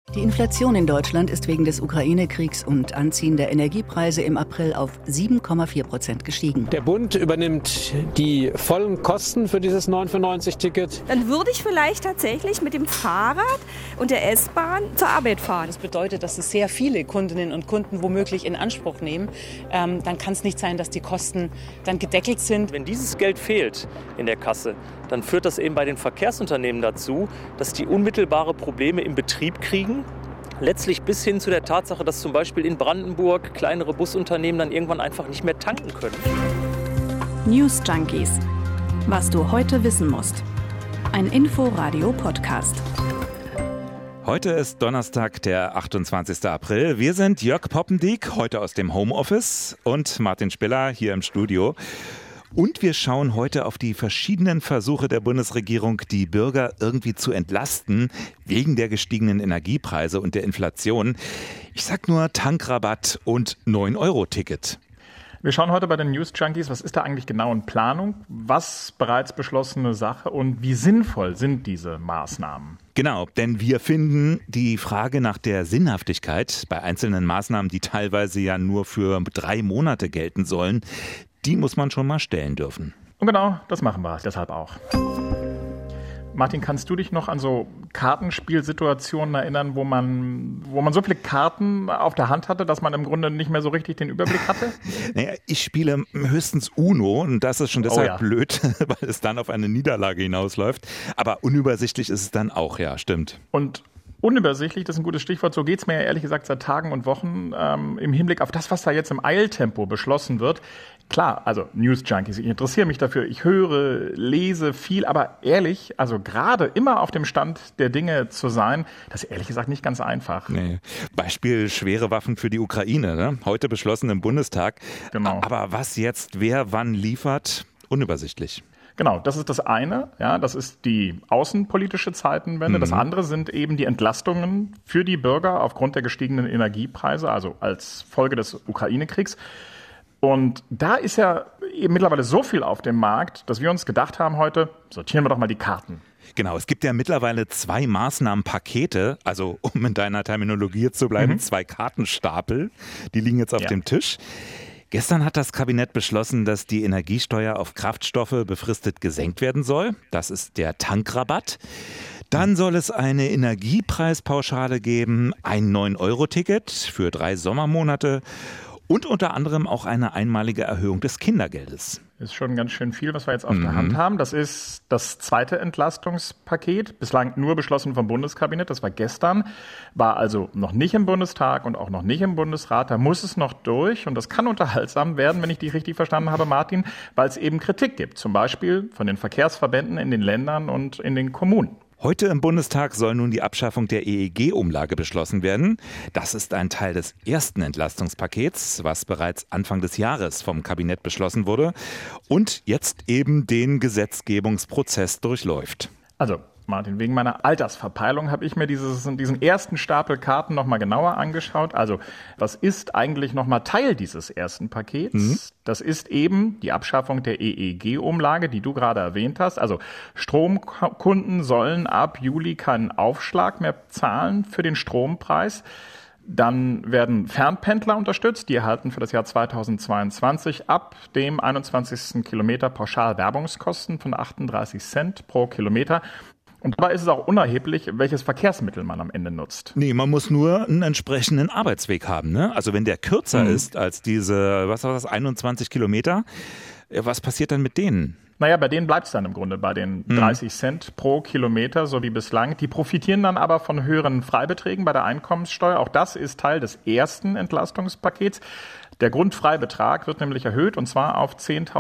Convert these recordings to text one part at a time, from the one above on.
Die Inflation in Deutschland ist wegen des Ukraine-Kriegs und anziehender Energiepreise im April auf 7,4% gestiegen. Der Bund übernimmt die vollen Kosten für dieses 9-für-90-Ticket. Dann würde ich vielleicht tatsächlich mit dem Fahrrad und der S-Bahn zur Arbeit fahren. Das bedeutet, dass es sehr viele Kundinnen und Kunden womöglich in Anspruch nehmen. Dann kann es nicht sein, dass die Kosten dann gedeckelt sind. Wenn dieses Geld fehlt in der Kasse, dann führt das eben bei den Verkehrsunternehmen dazu, dass die unmittelbare Probleme im Betrieb kriegen. Letztlich bis hin zu der Tatsache, dass zum Beispiel in Brandenburg kleinere Busunternehmen dann irgendwann einfach nicht mehr tanken können. News Junkies. Was du heute wissen musst. Ein Info-Radio-Podcast. Heute ist Donnerstag, der 28. April. Wir sind Jörg Poppendiek, heute aus dem Homeoffice, und Martin Spiller hier im Studio. Und wir schauen heute auf die verschiedenen Versuche der Bundesregierung, die Bürger irgendwie zu entlasten, wegen der gestiegenen Energiepreise und der Inflation. Ich sag nur Tankrabatt und 9-Euro-Ticket. Wir schauen heute bei den News Junkies, was ist da eigentlich genau in Planung, was bereits beschlossene Sache und wie sinnvoll sind diese Maßnahmen? Genau, denn wir finden die Frage nach der Sinnhaftigkeit bei einzelnen Maßnahmen, die teilweise ja nur für 3 Monate gelten sollen, die muss man schon mal stellen dürfen. Und genau, das machen wir deshalb auch. Martin, kannst du dich noch an so Kartenspielsituationen erinnern, wo man so viele Karten auf der Hand hatte, dass man im Grunde nicht mehr so richtig den Überblick hatte? Naja, ich spiele höchstens Uno und das ist schon deshalb blöd, weil es dann auf eine Niederlage hinausläuft. Aber unübersichtlich ist es dann auch, ja, stimmt. Und unübersichtlich, das ist ein gutes Stichwort, so geht's mir ja ehrlich gesagt seit Tagen und Wochen im Hinblick auf das, was da jetzt im Eiltempo beschlossen wird. Klar, also News Junkies, ich interessiere mich dafür, ich höre, lese viel, aber ehrlich, also gerade immer auf dem Stand der Dinge zu sein, das ist ehrlich gesagt nicht ganz einfach. Nee. Beispiel schwere Waffen für die Ukraine, ne? Heute beschlossen im Bundestag. Genau. Aber was jetzt, wer wann liefert, unübersichtlich. Genau, das ist das eine, ja, das ist die außenpolitische Zeitenwende. Das andere sind eben die Entlastungen für die Bürger aufgrund der gestiegenen Energiepreise, also als Folge des Ukraine-Kriegs. Und da ist ja eben mittlerweile so viel auf dem Markt, dass wir uns gedacht haben heute, sortieren wir doch mal die Karten. Genau, es gibt ja mittlerweile 2 Maßnahmenpakete, also um in deiner Terminologie zu bleiben, 2 Kartenstapel, die liegen jetzt auf dem Tisch. Gestern hat das Kabinett beschlossen, dass die Energiesteuer auf Kraftstoffe befristet gesenkt werden soll. Das ist der Tankrabatt. Dann soll es eine Energiepreispauschale geben, ein 9-Euro-Ticket für 3 Sommermonate und unter anderem auch eine einmalige Erhöhung des Kindergeldes. Ist schon ganz schön viel, was wir jetzt auf der Hand haben. Das ist das zweite Entlastungspaket, bislang nur beschlossen vom Bundeskabinett. Das war gestern, war also noch nicht im Bundestag und auch noch nicht im Bundesrat. Da muss es noch durch und das kann unterhaltsam werden, wenn ich dich richtig verstanden habe, Martin, weil es eben Kritik gibt, zum Beispiel von den Verkehrsverbänden in den Ländern und in den Kommunen. Heute im Bundestag soll nun die Abschaffung der EEG-Umlage beschlossen werden. Das ist ein Teil des ersten Entlastungspakets, was bereits Anfang des Jahres vom Kabinett beschlossen wurde und jetzt eben den Gesetzgebungsprozess durchläuft. Also Martin, wegen meiner Altersverpeilung habe ich mir diesen ersten Stapel Karten nochmal genauer angeschaut. Also was ist eigentlich nochmal Teil dieses ersten Pakets? Das ist eben die Abschaffung der EEG-Umlage, die du gerade erwähnt hast. Also Stromkunden sollen ab Juli keinen Aufschlag mehr zahlen für den Strompreis. Dann werden Fernpendler unterstützt. Die erhalten für das Jahr 2022 ab dem 21. Kilometer pauschal Werbungskosten von 38 Cent pro Kilometer. Und dabei ist es auch unerheblich, welches Verkehrsmittel man am Ende nutzt. Nee, man muss nur einen entsprechenden Arbeitsweg haben, ne? Also wenn der kürzer ist als diese, 21 Kilometer, was passiert dann mit denen? Naja, bei denen bleibt es dann im Grunde bei den 30 Cent pro Kilometer, so wie bislang. Die profitieren dann aber von höheren Freibeträgen bei der Einkommenssteuer. Auch das ist Teil des ersten Entlastungspakets. Der Grundfreibetrag wird nämlich erhöht und zwar auf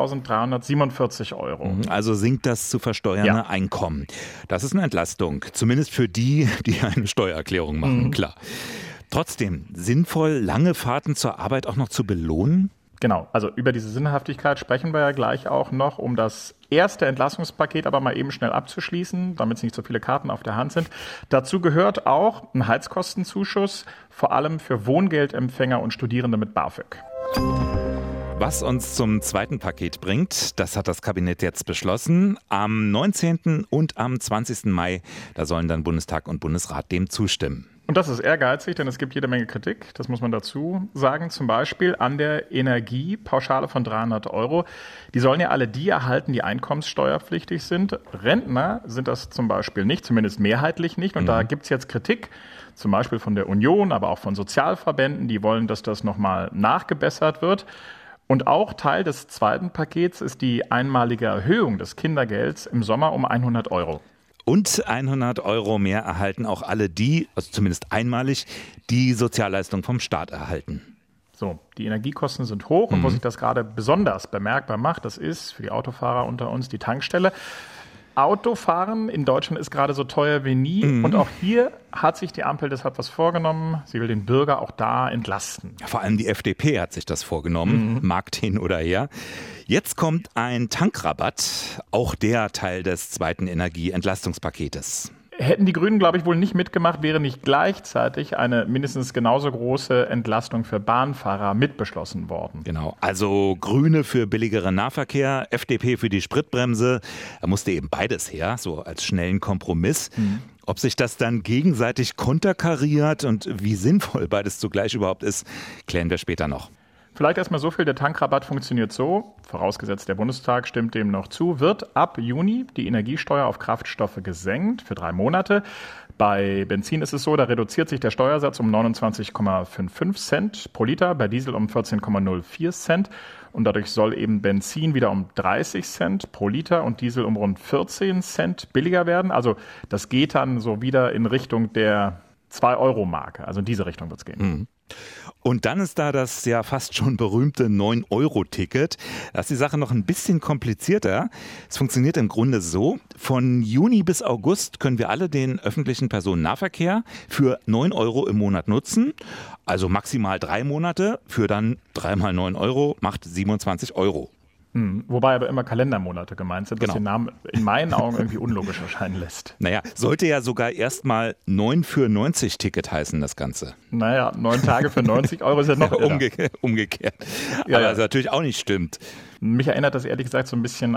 10.347 Euro. Also sinkt das zu versteuernde Einkommen. Das ist eine Entlastung, zumindest für die, die eine Steuererklärung machen, klar. Trotzdem, sinnvoll, lange Fahrten zur Arbeit auch noch zu belohnen? Genau, also über diese Sinnhaftigkeit sprechen wir ja gleich auch noch, um das erste Entlastungspaket aber mal eben schnell abzuschließen, damit es nicht so viele Karten auf der Hand sind. Dazu gehört auch ein Heizkostenzuschuss, vor allem für Wohngeldempfänger und Studierende mit BAföG. Was uns zum zweiten Paket bringt, das hat das Kabinett jetzt beschlossen. Am 19. und am 20. Mai, da sollen dann Bundestag und Bundesrat dem zustimmen. Und das ist ehrgeizig, denn es gibt jede Menge Kritik, das muss man dazu sagen, zum Beispiel an der Energiepauschale von 300 €. Die sollen ja alle die erhalten, die einkommenssteuerpflichtig sind. Rentner sind das zum Beispiel nicht, zumindest mehrheitlich nicht. Und da gibt es jetzt Kritik, zum Beispiel von der Union, aber auch von Sozialverbänden, die wollen, dass das nochmal nachgebessert wird. Und auch Teil des zweiten Pakets ist die einmalige Erhöhung des Kindergelds im Sommer um 100 €. Und 100 € mehr erhalten auch alle die, also zumindest einmalig, die Sozialleistung vom Staat erhalten. So, die Energiekosten sind hoch und wo sich das gerade besonders bemerkbar macht, das ist für die Autofahrer unter uns die Tankstelle. Autofahren in Deutschland ist gerade so teuer wie nie und auch hier hat sich die Ampel deshalb was vorgenommen. Sie will den Bürger auch da entlasten. Vor allem die FDP hat sich das vorgenommen, mag hin oder her. Jetzt kommt ein Tankrabatt, auch der Teil des zweiten Energieentlastungspaketes. Hätten die Grünen, glaube ich, wohl nicht mitgemacht, wäre nicht gleichzeitig eine mindestens genauso große Entlastung für Bahnfahrer mitbeschlossen worden. Genau, also Grüne für billigeren Nahverkehr, FDP für die Spritbremse. Da musste eben beides her, so als schnellen Kompromiss. Ob sich das dann gegenseitig konterkariert und wie sinnvoll beides zugleich überhaupt ist, klären wir später noch. Vielleicht erstmal so viel, der Tankrabatt funktioniert so, vorausgesetzt der Bundestag stimmt dem noch zu, wird ab Juni die Energiesteuer auf Kraftstoffe gesenkt für 3 Monate. Bei Benzin ist es so, da reduziert sich der Steuersatz um 29,55 Cent pro Liter, bei Diesel um 14,04 Cent. Und dadurch soll eben Benzin wieder um 30 Cent pro Liter und Diesel um rund 14 Cent billiger werden. Also das geht dann so wieder in Richtung der 2-Euro-Marke. Also in diese Richtung wird es gehen. Und dann ist da das ja fast schon berühmte 9-Euro-Ticket. Da ist die Sache noch ein bisschen komplizierter. Es funktioniert im Grunde so, von Juni bis August können wir alle den öffentlichen Personennahverkehr für 9 € im Monat nutzen. Also maximal 3 Monate für dann 3 mal 9 € macht 27 €. Wobei aber immer Kalendermonate gemeint sind, was Genau. den Namen in meinen Augen irgendwie unlogisch erscheinen lässt. Naja, sollte ja sogar erstmal 9 für 90 Ticket heißen, das Ganze. Naja, 9 Tage für 90 € ist ja noch irrer. Umgekehrt. Ja, Aber ja. das natürlich auch nicht stimmt. Mich erinnert das ehrlich gesagt so ein bisschen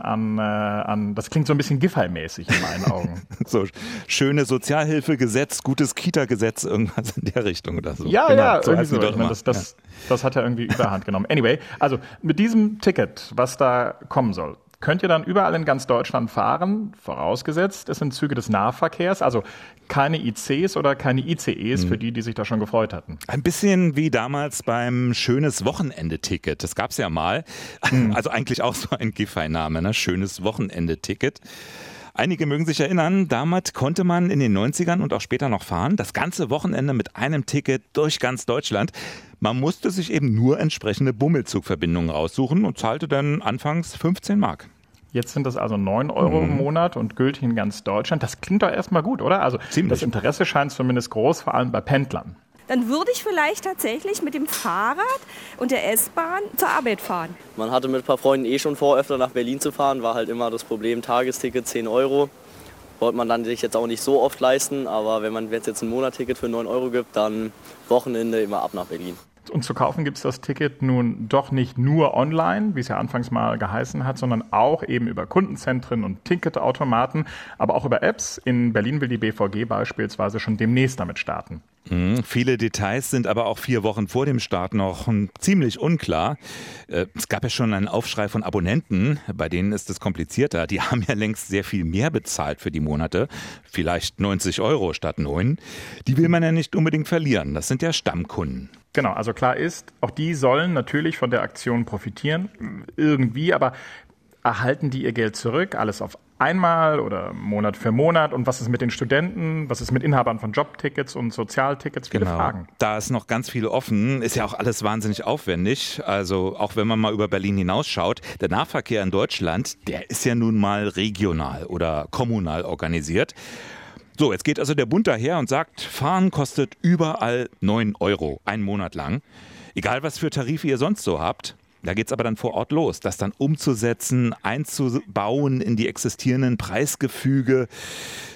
an das klingt so ein bisschen Giffey-mäßig in meinen Augen. So schöne Sozialhilfegesetz, gutes Kita-Gesetz, irgendwas in der Richtung oder so. Ja, Genau, ja, so irgendwie heißen so. die Ich doch meine, immer. das hat ja irgendwie Überhand genommen. Anyway, also mit diesem Ticket, was da kommen soll, könnt ihr dann überall in ganz Deutschland fahren, vorausgesetzt, es sind Züge des Nahverkehrs, also keine ICs oder keine ICEs für die sich da schon gefreut hatten. Ein bisschen wie damals beim Schönes Wochenende-Ticket. Das gab es ja mal. Also eigentlich auch so ein Giffey-Name, ne? Schönes Wochenende-Ticket. Einige mögen sich erinnern, damals konnte man in den 90ern und auch später noch fahren, das ganze Wochenende mit einem Ticket durch ganz Deutschland. Man musste sich eben nur entsprechende Bummelzugverbindungen raussuchen und zahlte dann anfangs 15 Mark. Jetzt sind das also 9 € im Monat und gültig in ganz Deutschland. Das klingt doch erstmal gut, oder? Also Ziemlich. Das Interesse scheint zumindest groß, vor allem bei Pendlern. Dann würde ich vielleicht tatsächlich mit dem Fahrrad und der S-Bahn zur Arbeit fahren. Man hatte mit ein paar Freunden schon vor, öfter nach Berlin zu fahren. War halt immer das Problem, Tagesticket 10 €. Wollte man dann sich jetzt auch nicht so oft leisten. Aber wenn man jetzt ein Monatticket für 9 € gibt, dann Wochenende immer ab nach Berlin. Und zu kaufen gibt es das Ticket nun doch nicht nur online, wie es ja anfangs mal geheißen hat, sondern auch eben über Kundenzentren und Ticketautomaten, aber auch über Apps. In Berlin will die BVG beispielsweise schon demnächst damit starten. Viele Details sind aber auch 4 Wochen vor dem Start noch ziemlich unklar. Es gab ja schon einen Aufschrei von Abonnenten, bei denen ist es komplizierter. Die haben ja längst sehr viel mehr bezahlt für die Monate, vielleicht 90 € statt 9. Die will man ja nicht unbedingt verlieren, das sind ja Stammkunden. Genau, also klar ist, auch die sollen natürlich von der Aktion profitieren, irgendwie, aber erhalten die ihr Geld zurück, alles auf einmal oder Monat für Monat? Und was ist mit den Studenten? Was ist mit Inhabern von Jobtickets und Sozialtickets? Viele Fragen. Da ist noch ganz viel offen. Ist ja auch alles wahnsinnig aufwendig. Also auch wenn man mal über Berlin hinausschaut, der Nahverkehr in Deutschland, der ist ja nun mal regional oder kommunal organisiert. So, jetzt geht also der Bund daher und sagt, Fahren kostet überall 9 €, einen Monat lang. Egal, was für Tarife ihr sonst so habt. Da geht es aber dann vor Ort los, das dann umzusetzen, einzubauen in die existierenden Preisgefüge.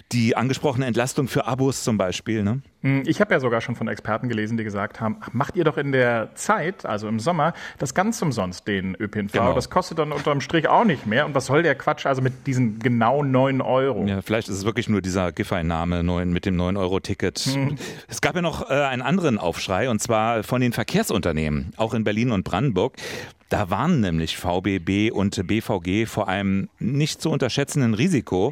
Die angesprochene Entlastung für Abos zum Beispiel, ne? Ich habe ja sogar schon von Experten gelesen, die gesagt haben, macht ihr doch in der Zeit, also im Sommer, das ganz umsonst, den ÖPNV. Genau. Das kostet dann unterm Strich auch nicht mehr. Und was soll der Quatsch also mit diesen genau 9 Euro? Ja, vielleicht ist es wirklich nur dieser Giffey-Name mit dem 9-Euro-Ticket. Es gab ja noch einen anderen Aufschrei, und zwar von den Verkehrsunternehmen, auch in Berlin und Brandenburg. Da warnen nämlich VBB und BVG vor einem nicht zu unterschätzenden Risiko.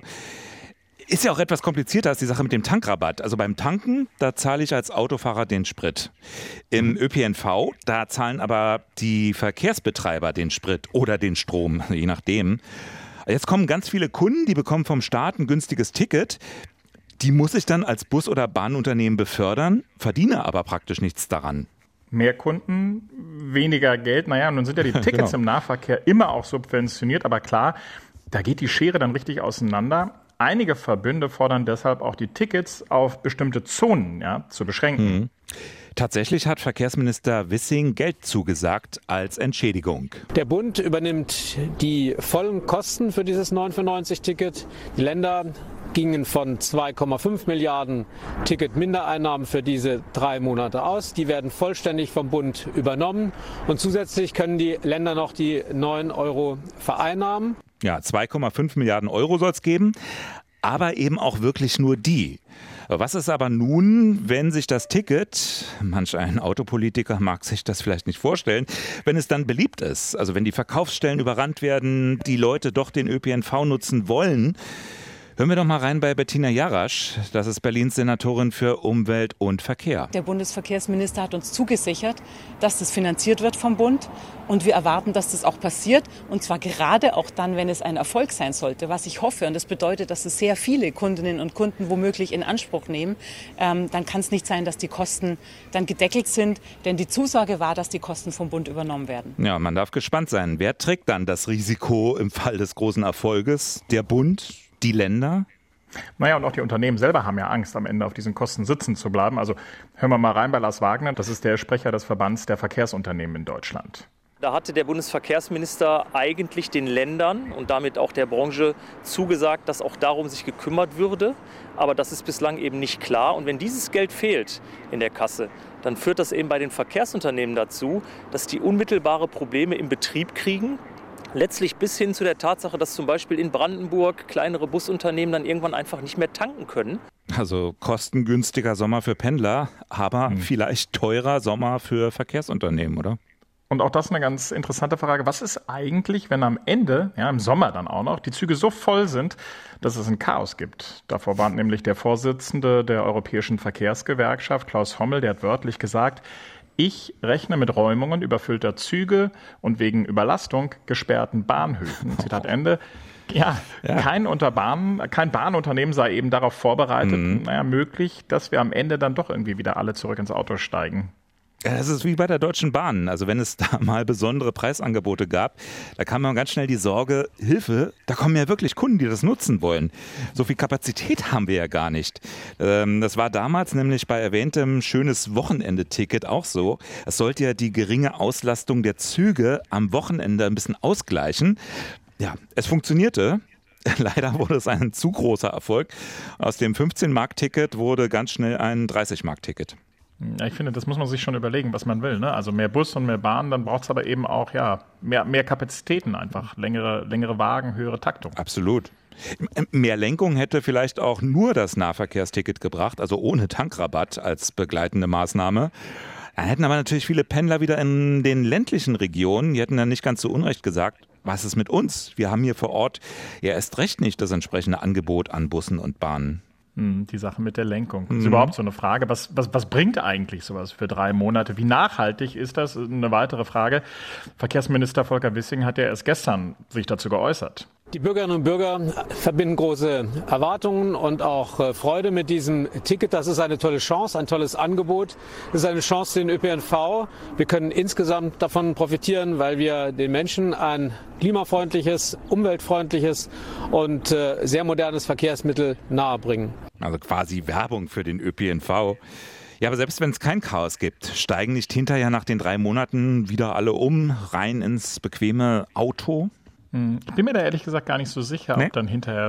Ist ja auch etwas komplizierter als die Sache mit dem Tankrabatt. Also beim Tanken, da zahle ich als Autofahrer den Sprit. Im ÖPNV, da zahlen aber die Verkehrsbetreiber den Sprit oder den Strom, je nachdem. Jetzt kommen ganz viele Kunden, die bekommen vom Staat ein günstiges Ticket. Die muss ich dann als Bus- oder Bahnunternehmen befördern, verdiene aber praktisch nichts daran. Mehr Kunden, weniger Geld. Naja, nun sind ja die Tickets im Nahverkehr immer auch subventioniert. Aber klar, da geht die Schere dann richtig auseinander. Einige Verbünde fordern deshalb auch, die Tickets auf bestimmte Zonen zu beschränken. Tatsächlich hat Verkehrsminister Wissing Geld zugesagt als Entschädigung. Der Bund übernimmt die vollen Kosten für dieses 9-für-90-Ticket. Die Länder gingen von 2,5 Milliarden Ticketmindereinnahmen für diese 3 Monate aus. Die werden vollständig vom Bund übernommen. Und zusätzlich können die Länder noch die 9 Euro vereinnahmen. Ja, 2,5 Milliarden Euro soll es geben, aber eben auch wirklich nur die. Was ist aber nun, wenn sich das Ticket, manch ein Autopolitiker mag sich das vielleicht nicht vorstellen, wenn es dann beliebt ist, also wenn die Verkaufsstellen überrannt werden, die Leute doch den ÖPNV nutzen wollen? Hören wir doch mal rein bei Bettina Jarasch, das ist Berlins Senatorin für Umwelt und Verkehr. Der Bundesverkehrsminister hat uns zugesichert, dass das finanziert wird vom Bund. Und wir erwarten, dass das auch passiert. Und zwar gerade auch dann, wenn es ein Erfolg sein sollte, was ich hoffe. Und das bedeutet, dass es sehr viele Kundinnen und Kunden womöglich in Anspruch nehmen. Dann kann es nicht sein, dass die Kosten dann gedeckelt sind. Denn die Zusage war, dass die Kosten vom Bund übernommen werden. Ja, man darf gespannt sein. Wer trägt dann das Risiko im Fall des großen Erfolges? Der Bund? Die Länder? Naja, und auch die Unternehmen selber haben ja Angst, am Ende auf diesen Kosten sitzen zu bleiben. Also hören wir mal rein bei Lars Wagner. Das ist der Sprecher des Verbands der Verkehrsunternehmen in Deutschland. Da hatte der Bundesverkehrsminister eigentlich den Ländern und damit auch der Branche zugesagt, dass auch darum sich gekümmert würde. Aber das ist bislang eben nicht klar. Und wenn dieses Geld fehlt in der Kasse, dann führt das eben bei den Verkehrsunternehmen dazu, dass die unmittelbare Probleme im Betrieb kriegen. Letztlich bis hin zu der Tatsache, dass zum Beispiel in Brandenburg kleinere Busunternehmen dann irgendwann einfach nicht mehr tanken können. Also kostengünstiger Sommer für Pendler, aber vielleicht teurer Sommer für Verkehrsunternehmen, oder? Und auch das eine ganz interessante Frage. Was ist eigentlich, wenn am Ende, im Sommer dann auch noch, die Züge so voll sind, dass es ein Chaos gibt? Davor warnt nämlich der Vorsitzende der Europäischen Verkehrsgewerkschaft, Klaus Hommel, der hat wörtlich gesagt, ich rechne mit Räumungen überfüllter Züge und wegen Überlastung gesperrten Bahnhöfen. Zitat Ende. Ja. Kein Bahnunternehmen sei eben darauf vorbereitet, möglich, dass wir am Ende dann doch irgendwie wieder alle zurück ins Auto steigen. Ja, das ist wie bei der Deutschen Bahn. Also wenn es da mal besondere Preisangebote gab, da kam man ganz schnell die Sorge, Hilfe, da kommen ja wirklich Kunden, die das nutzen wollen. So viel Kapazität haben wir ja gar nicht. Das war damals nämlich bei erwähntem schönes Wochenende-Ticket auch so. Es sollte ja die geringe Auslastung der Züge am Wochenende ein bisschen ausgleichen. Ja, es funktionierte. Leider wurde es ein zu großer Erfolg. Aus dem 15-Mark-Ticket wurde ganz schnell ein 30-Mark-Ticket. Ja, ich finde, das muss man sich schon überlegen, was man will. Ne? Also mehr Bus und mehr Bahn, dann braucht es aber eben auch mehr Kapazitäten einfach, längere Wagen, höhere Taktung. Absolut. Mehr Lenkung hätte vielleicht auch nur das Nahverkehrsticket gebracht, also ohne Tankrabatt als begleitende Maßnahme. Dann hätten aber natürlich viele Pendler wieder in den ländlichen Regionen, die hätten dann nicht ganz so unrecht gesagt, was ist mit uns? Wir haben hier vor Ort ja erst recht nicht das entsprechende Angebot an Bussen und Bahnen. Die Sache mit der Lenkung. Das ist überhaupt so eine Frage. Was bringt eigentlich sowas für 3 Monate? Wie nachhaltig ist das? Eine weitere Frage. Verkehrsminister Volker Wissing hat ja erst gestern sich dazu geäußert. Die Bürgerinnen und Bürger verbinden große Erwartungen und auch Freude mit diesem Ticket. Das ist eine tolle Chance, ein tolles Angebot. Das ist eine Chance für den ÖPNV. Wir können insgesamt davon profitieren, weil wir den Menschen ein klimafreundliches, umweltfreundliches und sehr modernes Verkehrsmittel nahebringen. Also quasi Werbung für den ÖPNV. Ja, aber selbst wenn es kein Chaos gibt, steigen nicht hinterher nach den 3 Monaten wieder alle rein ins bequeme Auto? Ich bin mir da ehrlich gesagt gar nicht so sicher, ob dann hinterher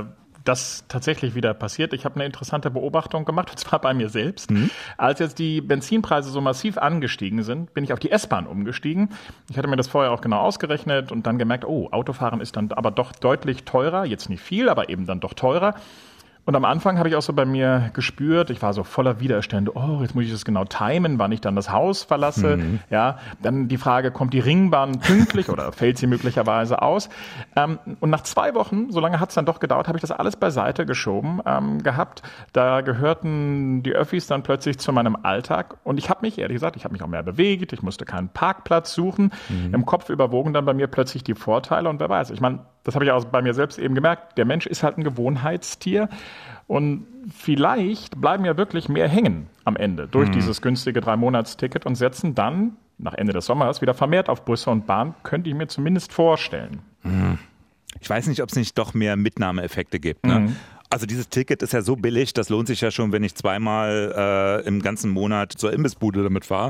das tatsächlich wieder passiert. Ich habe eine interessante Beobachtung gemacht, und zwar bei mir selbst. Als jetzt die Benzinpreise so massiv angestiegen sind, bin ich auf die S-Bahn umgestiegen. Ich hatte mir das vorher auch genau ausgerechnet und dann gemerkt, Autofahren ist dann aber doch deutlich teurer. Jetzt nicht viel, aber eben dann doch teurer. Und am Anfang habe ich auch so bei mir gespürt, ich war so voller Widerstände, jetzt muss ich das genau timen, wann ich dann das Haus verlasse. Ja, dann die Frage, kommt die Ringbahn pünktlich oder fällt sie möglicherweise aus? Und nach 2 Wochen, so lange hat es dann doch gedauert, habe ich das alles beiseite geschoben gehabt. Da gehörten die Öffis dann plötzlich zu meinem Alltag. Und ich habe mich, ehrlich gesagt, auch mehr bewegt, ich musste keinen Parkplatz suchen. Im Kopf überwogen dann bei mir plötzlich die Vorteile. Und wer weiß, ich meine, das habe ich auch bei mir selbst eben gemerkt, der Mensch ist halt ein Gewohnheitstier. Und vielleicht bleiben ja wirklich mehr hängen am Ende durch dieses günstige 3-Monats-Ticket und setzen dann nach Ende des Sommers wieder vermehrt auf Busse und Bahn, könnte ich mir zumindest vorstellen. Ich weiß nicht, ob es nicht doch mehr Mitnahmeeffekte gibt. Ne? Also dieses Ticket ist ja so billig, das lohnt sich ja schon, wenn ich 2-mal im ganzen Monat zur Imbissbude damit fahre.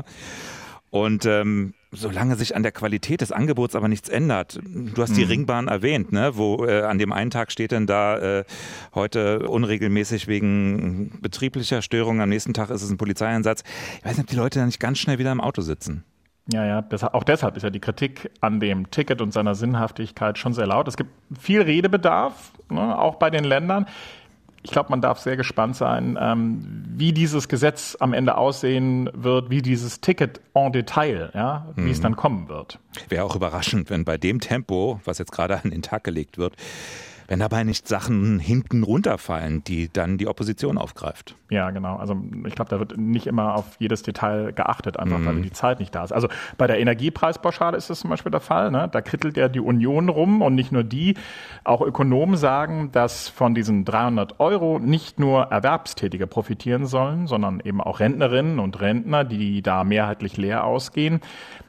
Und solange sich an der Qualität des Angebots aber nichts ändert. Du hast die Ringbahn erwähnt, ne? Wo an dem einen Tag steht denn da heute unregelmäßig wegen betrieblicher Störung, am nächsten Tag ist es ein Polizeieinsatz. Ich weiß nicht, ob die Leute da nicht ganz schnell wieder im Auto sitzen. Ja, auch deshalb ist ja die Kritik an dem Ticket und seiner Sinnhaftigkeit schon sehr laut. Es gibt viel Redebedarf, ne, auch bei den Ländern. Ich glaube, man darf sehr gespannt sein, wie dieses Gesetz am Ende aussehen wird, wie dieses Ticket en Detail, wie es dann kommen wird. Wäre auch überraschend, wenn bei dem Tempo, was jetzt gerade an den Tag gelegt wird, wenn dabei nicht Sachen hinten runterfallen, die dann die Opposition aufgreift. Ja, genau. Also ich glaube, da wird nicht immer auf jedes Detail geachtet, einfach weil die Zeit nicht da ist. Also bei der Energiepreispauschale ist das zum Beispiel der Fall. Ne? Da krittelt ja die Union rum und nicht nur die. Auch Ökonomen sagen, dass von diesen 300 € nicht nur Erwerbstätige profitieren sollen, sondern eben auch Rentnerinnen und Rentner, die da mehrheitlich leer ausgehen.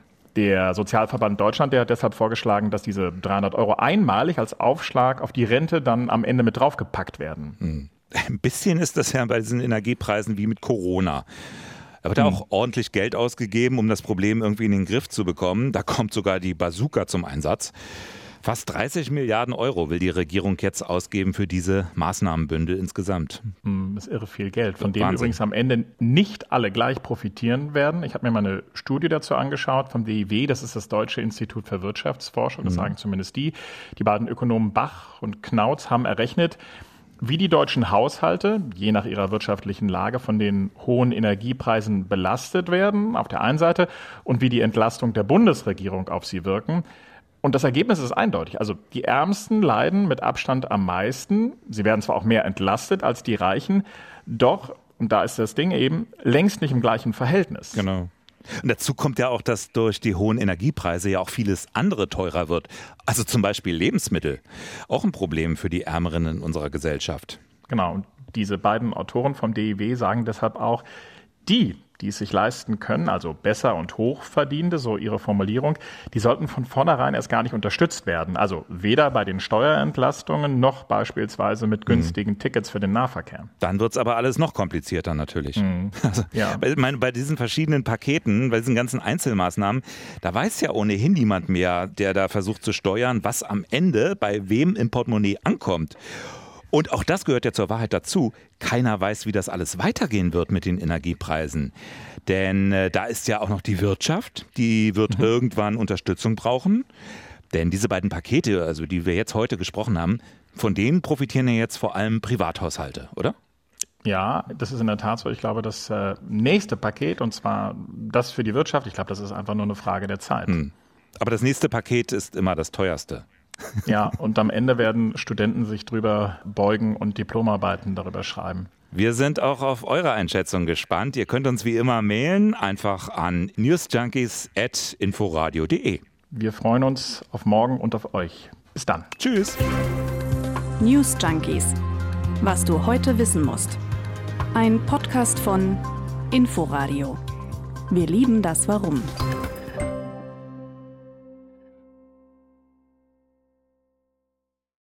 Der Sozialverband Deutschland, der hat deshalb vorgeschlagen, dass diese 300 € einmalig als Aufschlag auf die Rente dann am Ende mit draufgepackt werden. Ein bisschen ist das ja bei diesen Energiepreisen wie mit Corona. Da wird auch ordentlich Geld ausgegeben, um das Problem irgendwie in den Griff zu bekommen. Da kommt sogar die Bazooka zum Einsatz. Fast 30 Milliarden € will die Regierung jetzt ausgeben für diese Maßnahmenbündel insgesamt. Das ist irre viel Geld, von dem übrigens am Ende nicht alle gleich profitieren werden. Ich habe mir mal eine Studie dazu angeschaut vom DIW, das ist das Deutsche Institut für Wirtschaftsforschung, das sagen zumindest die. Die beiden Ökonomen Bach und Knautz haben errechnet, wie die deutschen Haushalte, je nach ihrer wirtschaftlichen Lage, von den hohen Energiepreisen belastet werden, auf der einen Seite, und wie die Entlastung der Bundesregierung auf sie wirken. Und das Ergebnis ist eindeutig. Also die Ärmsten leiden mit Abstand am meisten. Sie werden zwar auch mehr entlastet als die Reichen, doch, und da ist das Ding eben, längst nicht im gleichen Verhältnis. Genau. Und dazu kommt ja auch, dass durch die hohen Energiepreise ja auch vieles andere teurer wird. Also zum Beispiel Lebensmittel. Auch ein Problem für die Ärmeren in unserer Gesellschaft. Genau. Und diese beiden Autoren vom DIW sagen deshalb auch, die es sich leisten können, also Besser- und Hochverdienende, so ihre Formulierung, die sollten von vornherein erst gar nicht unterstützt werden. Also weder bei den Steuerentlastungen noch beispielsweise mit günstigen Tickets für den Nahverkehr. Dann wird es aber alles noch komplizierter natürlich. Also, bei diesen verschiedenen Paketen, bei diesen ganzen Einzelmaßnahmen, da weiß ja ohnehin niemand mehr, der da versucht zu steuern, was am Ende bei wem im Portemonnaie ankommt. Und auch das gehört ja zur Wahrheit dazu. Keiner weiß, wie das alles weitergehen wird mit den Energiepreisen. Denn da ist ja auch noch die Wirtschaft, die wird irgendwann Unterstützung brauchen. Denn diese beiden Pakete, also die wir jetzt heute gesprochen haben, von denen profitieren ja jetzt vor allem Privathaushalte, oder? Ja, das ist in der Tat so. Ich glaube, das nächste Paket, und zwar das für die Wirtschaft, ich glaube, das ist einfach nur eine Frage der Zeit. Aber das nächste Paket ist immer das teuerste. Ja, und am Ende werden Studenten sich drüber beugen und Diplomarbeiten darüber schreiben. Wir sind auch auf eure Einschätzung gespannt. Ihr könnt uns wie immer mailen, einfach an newsjunkies@inforadio.de. Wir freuen uns auf morgen und auf euch. Bis dann. Tschüss. News Junkies. Was du heute wissen musst. Ein Podcast von Inforadio. Wir lieben das Warum.